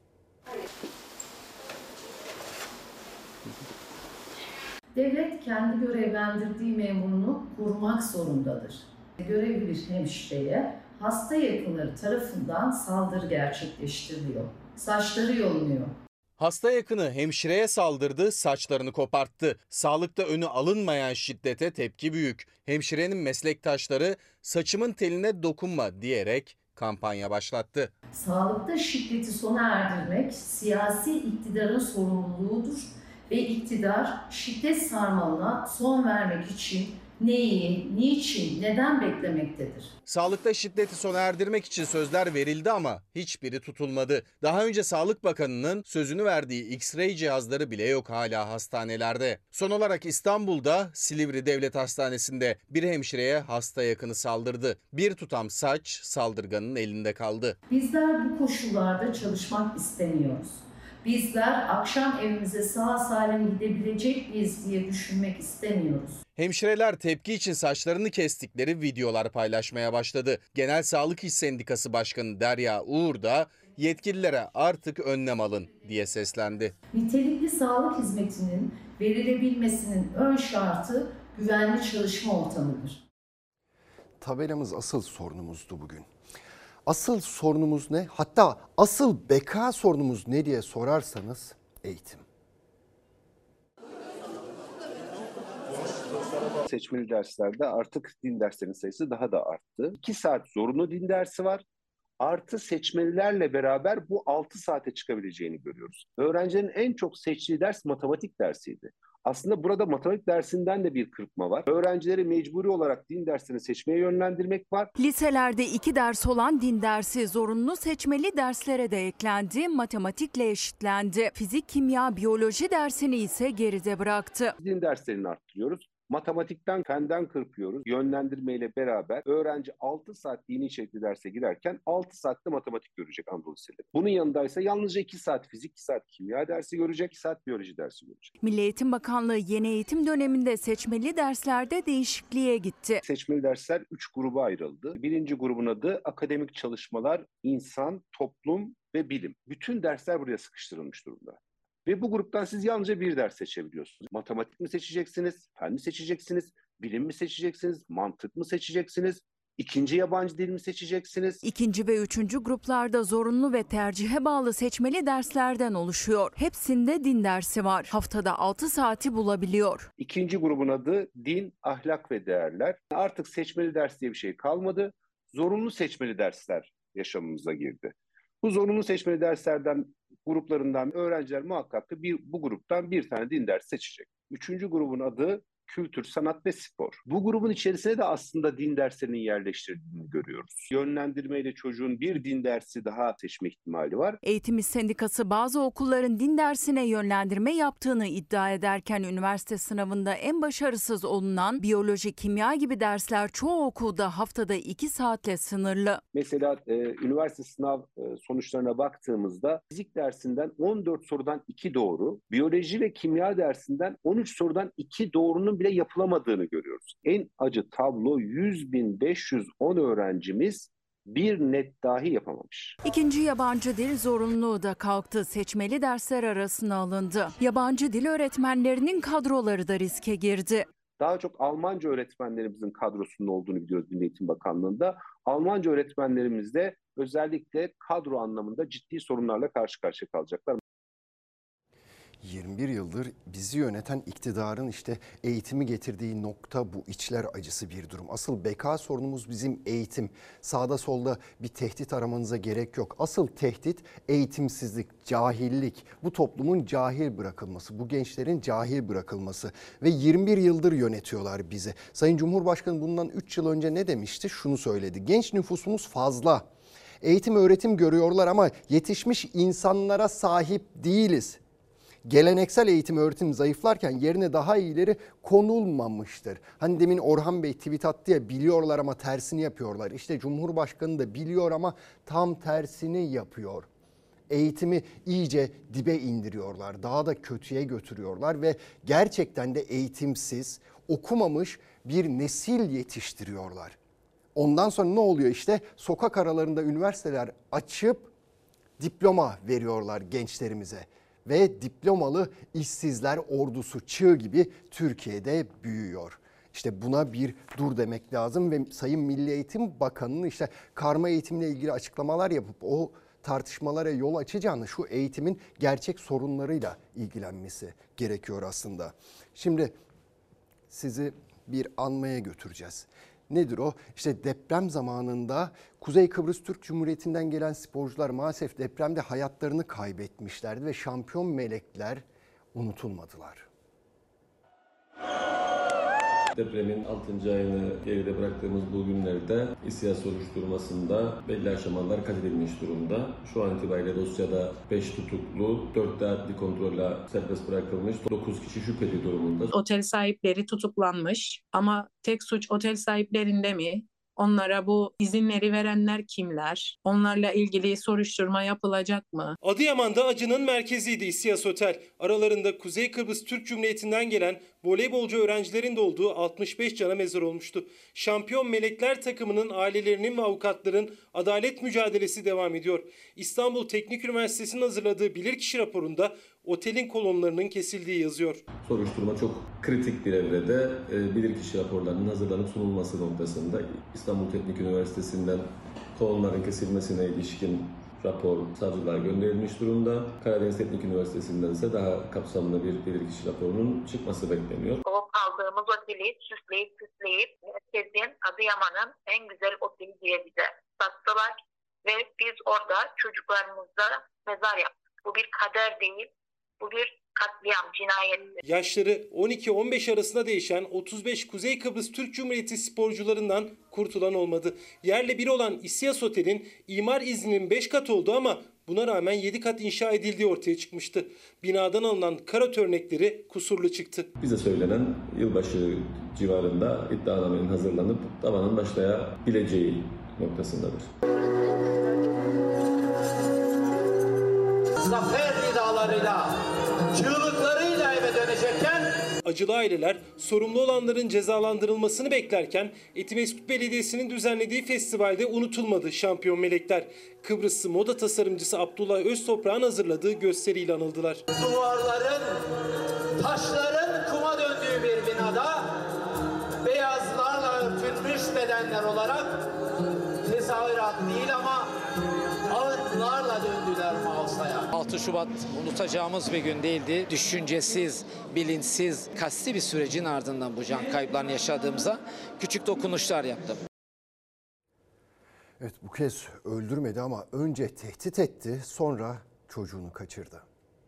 Devlet kendi görevlendirdiği memurunu korumak zorundadır. Görevli bir hemşireye hasta yakınları tarafından saldırı gerçekleştiriliyor. Saçları yolunuyor. Hasta yakını hemşireye saldırdı, saçlarını koparttı. Sağlıkta önü alınmayan şiddete tepki büyük. Hemşirenin meslektaşları saçımın teline dokunma diyerek kampanya başlattı. Sağlıkta şiddeti sona erdirmek siyasi iktidarın sorumluluğudur ve iktidar şiddet sarmalına son vermek için neyi, niçin, neden beklemektedir? Sağlıkta şiddeti sona erdirmek için sözler verildi ama hiçbiri tutulmadı. Daha önce Sağlık Bakanı'nın sözünü verdiği X-ray cihazları bile yok hala hastanelerde. Son olarak İstanbul'da Silivri Devlet Hastanesi'nde bir hemşireye hasta yakını saldırdı. Bir tutam saç saldırganın elinde kaldı. Bizler bu koşullarda çalışmak istemiyoruz. Bizler akşam evimize sağ salim gidebilecek miyiz diye düşünmek istemiyoruz. Hemşireler tepki için saçlarını kestikleri videolar paylaşmaya başladı. Genel Sağlık İş Sendikası Başkanı Derya Uğur da yetkililere artık önlem alın diye seslendi. Nitelikli sağlık hizmetinin verilebilmesinin ön şartı güvenli çalışma ortamıdır. Tabelamız asıl sorunumuzdu bugün. Asıl sorunumuz ne? Hatta asıl beka sorunumuz ne diye sorarsanız eğitim. Seçmeli derslerde artık din derslerinin sayısı daha da arttı. iki saat zorunlu din dersi var. Artı seçmelilerle beraber bu altı saate çıkabileceğini görüyoruz. Öğrencilerin en çok seçtiği ders matematik dersiydi. Aslında burada matematik dersinden de bir kırpma var. Öğrencileri mecburi olarak din derslerini seçmeye yönlendirmek var. Liselerde iki ders olan din dersi zorunlu seçmeli derslere de eklendi, matematikle eşitlendi. Fizik, kimya, biyoloji dersini ise geride bıraktı. Din derslerini arttırıyoruz. Matematikten, fenden kırpıyoruz. Yönlendirmeyle beraber öğrenci altı saat dini içerikli derse girerken altı saatte matematik görecek Anadolu liseleri. Bunun yanındaysa yalnızca iki saat fizik, iki saat kimya dersi görecek, iki saat biyoloji dersi görecek. Milli Eğitim Bakanlığı yeni eğitim döneminde seçmeli derslerde değişikliğe gitti. Seçmeli dersler üç gruba ayrıldı. Birinci grubun adı akademik çalışmalar, insan, toplum ve bilim. Bütün dersler buraya sıkıştırılmış durumda. Ve bu gruptan siz yalnızca bir ders seçebiliyorsunuz. Matematik mi seçeceksiniz, fen mi seçeceksiniz, bilim mi seçeceksiniz, mantık mı seçeceksiniz, ikinci yabancı dil mi seçeceksiniz? İkinci ve üçüncü gruplarda zorunlu ve tercihe bağlı seçmeli derslerden oluşuyor. Hepsinde din dersi var. Haftada altı saati bulabiliyor. İkinci grubun adı din, ahlak ve değerler. Artık seçmeli ders diye bir şey kalmadı. Zorunlu seçmeli dersler yaşamımıza girdi. Bu zorunlu seçmeli derslerden gruplarından öğrenciler muhakkak ki bir, bu gruptan bir tane din dersi seçecek. Üçüncü grubun adı kültür, sanat ve spor. Bu grubun içerisine de aslında din derslerinin yerleştirildiğini görüyoruz. Yönlendirmeyle çocuğun bir din dersi daha seçme ihtimali var. Eğitim İş Sendikası bazı okulların din dersine yönlendirme yaptığını iddia ederken üniversite sınavında en başarısız olunan biyoloji, kimya gibi dersler çoğu okulda haftada iki saatle sınırlı. Mesela e, üniversite sınav e, sonuçlarına baktığımızda fizik dersinden on dört sorudan iki doğru, biyoloji ve kimya dersinden on üç sorudan iki doğrunun bile yapılamadığını görüyoruz. En acı tablo yüz bin beş yüz on öğrencimiz bir net dahi yapamamış. İkinci yabancı dil zorunluluğu da kalktı. Seçmeli dersler arasına alındı. Yabancı dil öğretmenlerinin kadroları da riske girdi. Daha çok Almanca öğretmenlerimizin kadrosunda olduğunu biliyoruz Milli Eğitim Bakanlığı'nda. Almanca öğretmenlerimiz de özellikle kadro anlamında ciddi sorunlarla karşı karşıya kalacaklar. yirmi bir yıldır bizi yöneten iktidarın işte eğitimi getirdiği nokta bu, içler acısı bir durum. Asıl beka sorunumuz bizim eğitim. Sağda solda bir tehdit aramanıza gerek yok. Asıl tehdit eğitimsizlik, cahillik. Bu toplumun cahil bırakılması, bu gençlerin cahil bırakılması ve yirmi bir yıldır yönetiyorlar bizi. Sayın Cumhurbaşkanı bundan üç yıl önce ne demişti? Şunu söyledi. Genç nüfusumuz fazla. Eğitim öğretim görüyorlar ama yetişmiş insanlara sahip değiliz. Geleneksel eğitim öğretim zayıflarken yerine daha iyileri konulmamıştır. Hani demin Orhan Bey tweet attı ya, biliyorlar ama tersini yapıyorlar. İşte Cumhurbaşkanı da biliyor ama tam tersini yapıyor. Eğitimi iyice dibe indiriyorlar. Daha da kötüye götürüyorlar ve gerçekten de eğitimsiz, okumamış bir nesil yetiştiriyorlar. Ondan sonra ne oluyor işte? Sokak aralarında üniversiteler açıp diploma veriyorlar gençlerimize. Ve diplomalı işsizler ordusu çığ gibi Türkiye'de büyüyor. İşte buna bir dur demek lazım ve Sayın Milli Eğitim Bakanı'nın işte karma eğitimle ilgili açıklamalar yapıp o tartışmalara yol açacağını, şu eğitimin gerçek sorunlarıyla ilgilenmesi gerekiyor aslında. Şimdi sizi bir anmaya götüreceğiz. Nedir o? İşte deprem zamanında Kuzey Kıbrıs Türk Cumhuriyeti'nden gelen sporcular maalesef depremde hayatlarını kaybetmişlerdi ve şampiyon melekler unutulmadılar. Depremin altıncı ayını geride bıraktığımız bu günlerde İSİAD soruşturmasında belli aşamalar kat edilmiş durumda. Şu an itibariyle dosyada beş tutuklu, dört de adli kontrolle serbest bırakılmış, dokuz kişi şüpheli durumunda. Otel sahipleri tutuklanmış ama tek suç otel sahiplerinde mi? Onlara bu izinleri verenler kimler? Onlarla ilgili soruşturma yapılacak mı? Adıyaman'da acının merkeziydi İSİAS Otel. Aralarında Kuzey Kıbrıs Türk Cumhuriyeti'nden gelen voleybolcu öğrencilerin de olduğu altmış beş cana mezar olmuştu. Şampiyon Melekler takımının ailelerinin ve avukatların adalet mücadelesi devam ediyor. İstanbul Teknik Üniversitesi'nin hazırladığı bilirkişi raporunda otelin kolonlarının kesildiği yazıyor. Soruşturma çok kritik bir evrede. E, bilirkişi raporlarının hazırlanıp sunulması noktasında İstanbul Teknik Üniversitesi'nden kolonların kesilmesine ilişkin rapor savcılığa gönderilmiş durumda. Karadeniz Teknik Üniversitesi'nden ise daha kapsamlı bir bilirkişi raporunun çıkması bekleniyor. O kaldığımız oteli süsleyip süsleyip herkesin Adıyaman'ın en güzel oteli diye bize sattılar ve biz orada çocuklarımızla mezar yaptık. Bu bir kader değil, bu bir katliam, cinayet. Yaşları on iki on beş arasında değişen otuz beş Kuzey Kıbrıs Türk Cumhuriyeti sporcularından kurtulan olmadı. Yerle bir olan İSİAS Otel'in imar izninin beş kat olduğu ama buna rağmen yedi kat inşa edildiği ortaya çıkmıştı. Binadan alınan karat örnekleri kusurlu çıktı. Bize söylenen yılbaşı civarında iddianamenin hazırlanıp davanın başlayabileceği noktasındadır. Zafer nidalarıyla, çığlıklarıyla eve dönecekken acılı aileler sorumlu olanların cezalandırılmasını beklerken Etimesgut Belediyesi'nin düzenlediği festivalde unutulmadı Şampiyon Melekler. Kıbrıslı moda tasarımcısı Abdullah Öztoprak'ın hazırladığı gösteriyle anıldılar. Duvarların, taşların kuma döndüğü bir binada beyazlarla örtülmüş bedenler olarak tezahürat değil ama ağıtlarla döndüler Mausa'ya. altı Şubat unutacağımız bir gün değildi. Düşüncesiz, bilinçsiz, kasti bir sürecin ardından bu can kayıplarını yaşadığımıza küçük dokunuşlar yaptım. Evet, bu kez öldürmedi ama önce tehdit etti, sonra çocuğunu kaçırdı.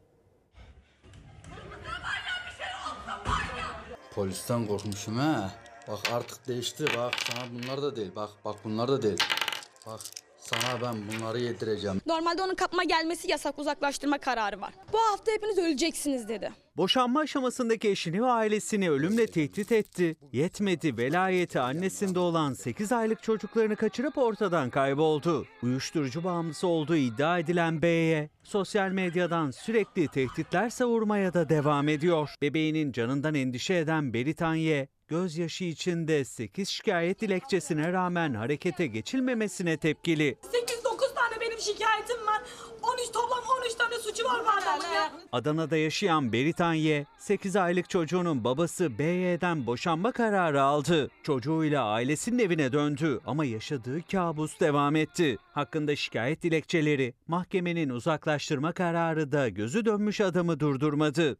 Polisten korkmuşum ha. Bak artık değişti, bak sana bunlar da değil, bak bak bunlar da değil. Bak sana ben bunları yedireceğim. Normalde onun kapıma gelmesi yasak, uzaklaştırma kararı var. Bu hafta hepiniz öleceksiniz dedi. Boşanma aşamasındaki eşini ve ailesini ölümle tehdit etti. Yetmedi, velayeti annesinde olan sekiz aylık çocuklarını kaçırıp ortadan kayboldu. Uyuşturucu bağımlısı olduğu iddia edilen B'ye sosyal medyadan sürekli tehditler savurmaya da devam ediyor. Bebeğinin canından endişe eden Beritanye, gözyaşı içinde sekiz şikayet dilekçesine rağmen harekete geçilmemesine tepkili. sekiz dokuz tane benim şikayetim var. on üç toplam on üç tane suçu var bu adamın ya. Adana'da yaşayan Beritanye, sekiz aylık çocuğunun babası B Y'den boşanma kararı aldı. Çocuğuyla ailesinin evine döndü ama yaşadığı kabus devam etti. Hakkında şikayet dilekçeleri, mahkemenin uzaklaştırma kararı da gözü dönmüş adamı durdurmadı.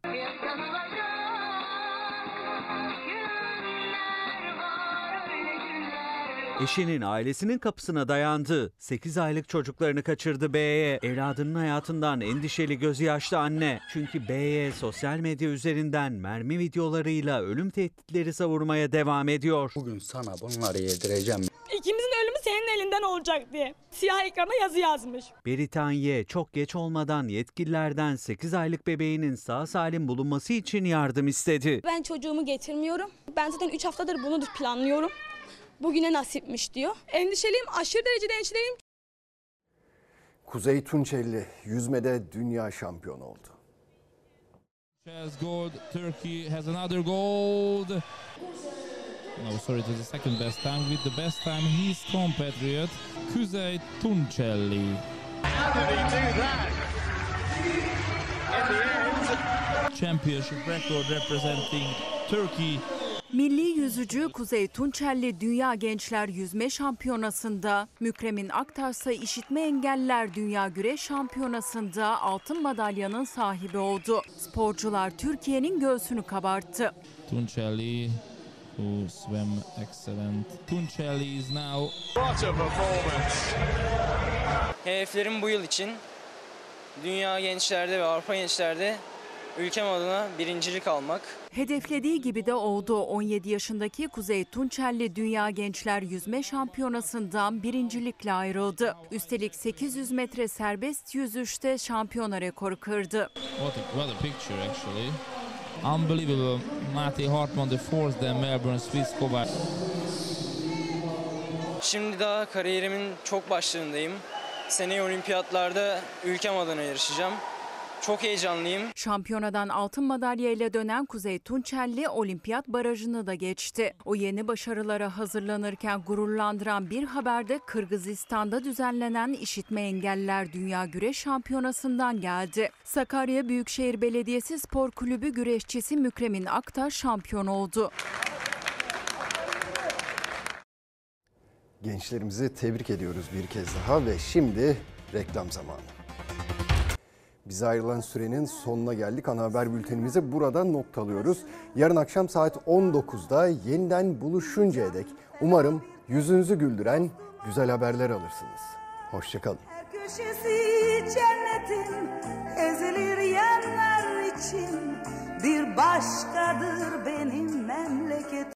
Eşinin ailesinin kapısına dayandı. sekiz aylık çocuklarını kaçırdı B'ye. Evladının hayatından endişeli gözü yaşlı anne. Çünkü B'ye sosyal medya üzerinden mermi videolarıyla ölüm tehditleri savurmaya devam ediyor. Bugün sana bunları yedireceğim. İkimizin ölümü senin elinden olacak diye. Siyah ekrana yazı yazmış. Beritanye çok geç olmadan yetkililerden sekiz aylık bebeğinin sağ salim bulunması için yardım istedi. Ben çocuğumu getirmiyorum. Ben zaten üç haftadır bunu planlıyorum. Bugüne nasipmiş diyor. Endişeliyim, aşırı derecede endişeliyim. Kuzey Tunçelli yüzmede dünya şampiyonu oldu. Gold, Turkey has another gold. No, sorry, it was the second best time. With the best time, his compatriot, Kuzey Tunçelli. How did he do that? In the end. Championship record representing Turkey. Milli yüzücü Kuzey Tunçelli Dünya Gençler Yüzme Şampiyonası'nda, Mükremin Aktaş'sa İşitme Engelliler Dünya Güreş Şampiyonası'nda altın madalyanın sahibi oldu. Sporcular Türkiye'nin göğsünü kabarttı. Tunçelli, who swam excellent. Tunçelli is now. What a performance. Hedeflerim bu yıl için Dünya Gençler'de ve Avrupa Gençler'de ülkem adına birincilik almak. Hedeflediği gibi de oldu. on yedi yaşındaki Kuzey Tunçelli Dünya Gençler Yüzme Şampiyonası'ndan birincilikle ayrıldı. Üstelik sekiz yüz metre serbest yüzüşte şampiyona rekoru kırdı. What a, what a picture actually. Unbelievable. Matti Hartman the fourth, then Melbourne Swiss Kovac. Şimdi daha kariyerimin çok başlarındayım. Seneye olimpiyatlarda ülkem adına yarışacağım. Çok heyecanlıyım. Şampiyonadan altın madalyayla dönen Kuzey Tunçelli olimpiyat barajını da geçti. O yeni başarılara hazırlanırken gururlandıran bir haber de Kırgızistan'da düzenlenen İşitme Engelliler Dünya Güreş Şampiyonası'ndan geldi. Sakarya Büyükşehir Belediyesi Spor Kulübü güreşçisi Mükremin Aktaş şampiyon oldu. Gençlerimizi tebrik ediyoruz bir kez daha ve şimdi reklam zamanı. Bize ayrılan sürenin sonuna geldik. Ana haber bültenimizi burada noktalıyoruz. Yarın akşam saat on dokuzda yeniden buluşuncaya dek umarım yüzünüzü güldüren güzel haberler alırsınız. Hoşçakalın. Köşesi cennetin ezilir yerler için bir başkadır benim memleketim.